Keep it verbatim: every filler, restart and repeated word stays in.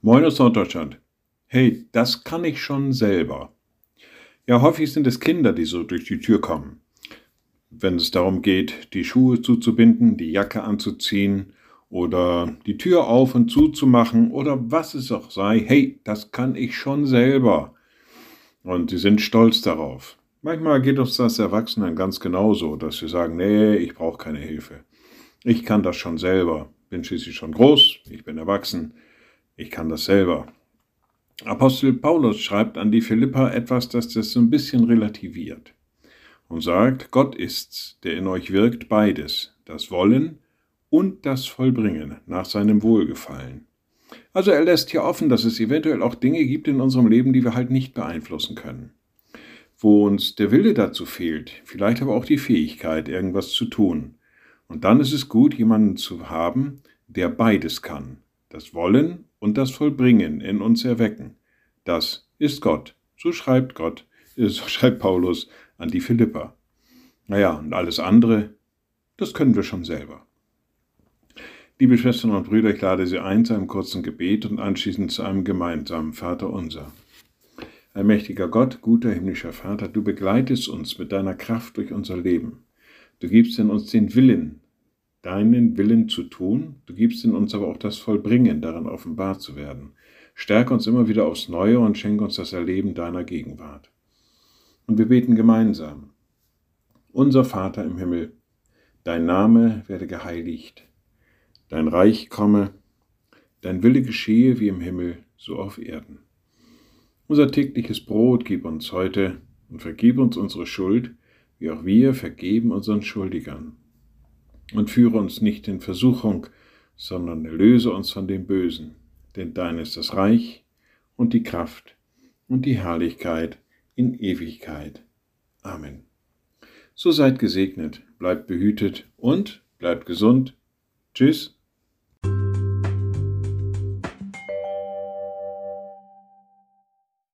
Moin aus Norddeutschland. Hey, das kann ich schon selber. Ja, häufig sind es Kinder, die so durch die Tür kommen. Wenn es darum geht, die Schuhe zuzubinden, die Jacke anzuziehen oder die Tür auf und zuzumachen oder was es auch sei. Hey, das kann ich schon selber. Und sie sind stolz darauf. Manchmal geht uns das Erwachsenen ganz genauso, dass wir sagen, nee, ich brauche keine Hilfe. Ich kann das schon selber. Bin schließlich schon groß, ich bin erwachsen, ich kann das selber. Apostel Paulus schreibt an die Philipper etwas, das das so ein bisschen relativiert und sagt, Gott ist's, der in euch wirkt beides, das Wollen und das Vollbringen nach seinem Wohlgefallen. Also er lässt hier offen, dass es eventuell auch Dinge gibt in unserem Leben, die wir halt nicht beeinflussen können. Wo uns der Wille dazu fehlt, vielleicht aber auch die Fähigkeit, irgendwas zu tun. Und dann ist es gut, jemanden zu haben, der beides kann. Das Wollen und das Vollbringen in uns erwecken. Das ist Gott. So schreibt Gott, so schreibt Paulus an die Philipper. Naja, und alles andere, das können wir schon selber. Liebe Schwestern und Brüder, ich lade Sie ein zu einem kurzen Gebet und anschließend zu einem gemeinsamen Vaterunser. Allmächtiger Gott, guter himmlischer Vater, du begleitest uns mit deiner Kraft durch unser Leben. Du gibst in uns den Willen, deinen Willen zu tun, du gibst in uns aber auch das Vollbringen, darin offenbar zu werden. Stärke uns immer wieder aufs Neue und schenke uns das Erleben deiner Gegenwart. Und wir beten gemeinsam. Unser Vater im Himmel, dein Name werde geheiligt, dein Reich komme, dein Wille geschehe wie im Himmel, so auf Erden. Unser tägliches Brot gib uns heute und vergib uns unsere Schuld, wie auch wir vergeben unseren Schuldigern. Und führe uns nicht in Versuchung, sondern erlöse uns von dem Bösen. Denn dein ist das Reich und die Kraft und die Herrlichkeit in Ewigkeit. Amen. So seid gesegnet, bleibt behütet und bleibt gesund. Tschüss.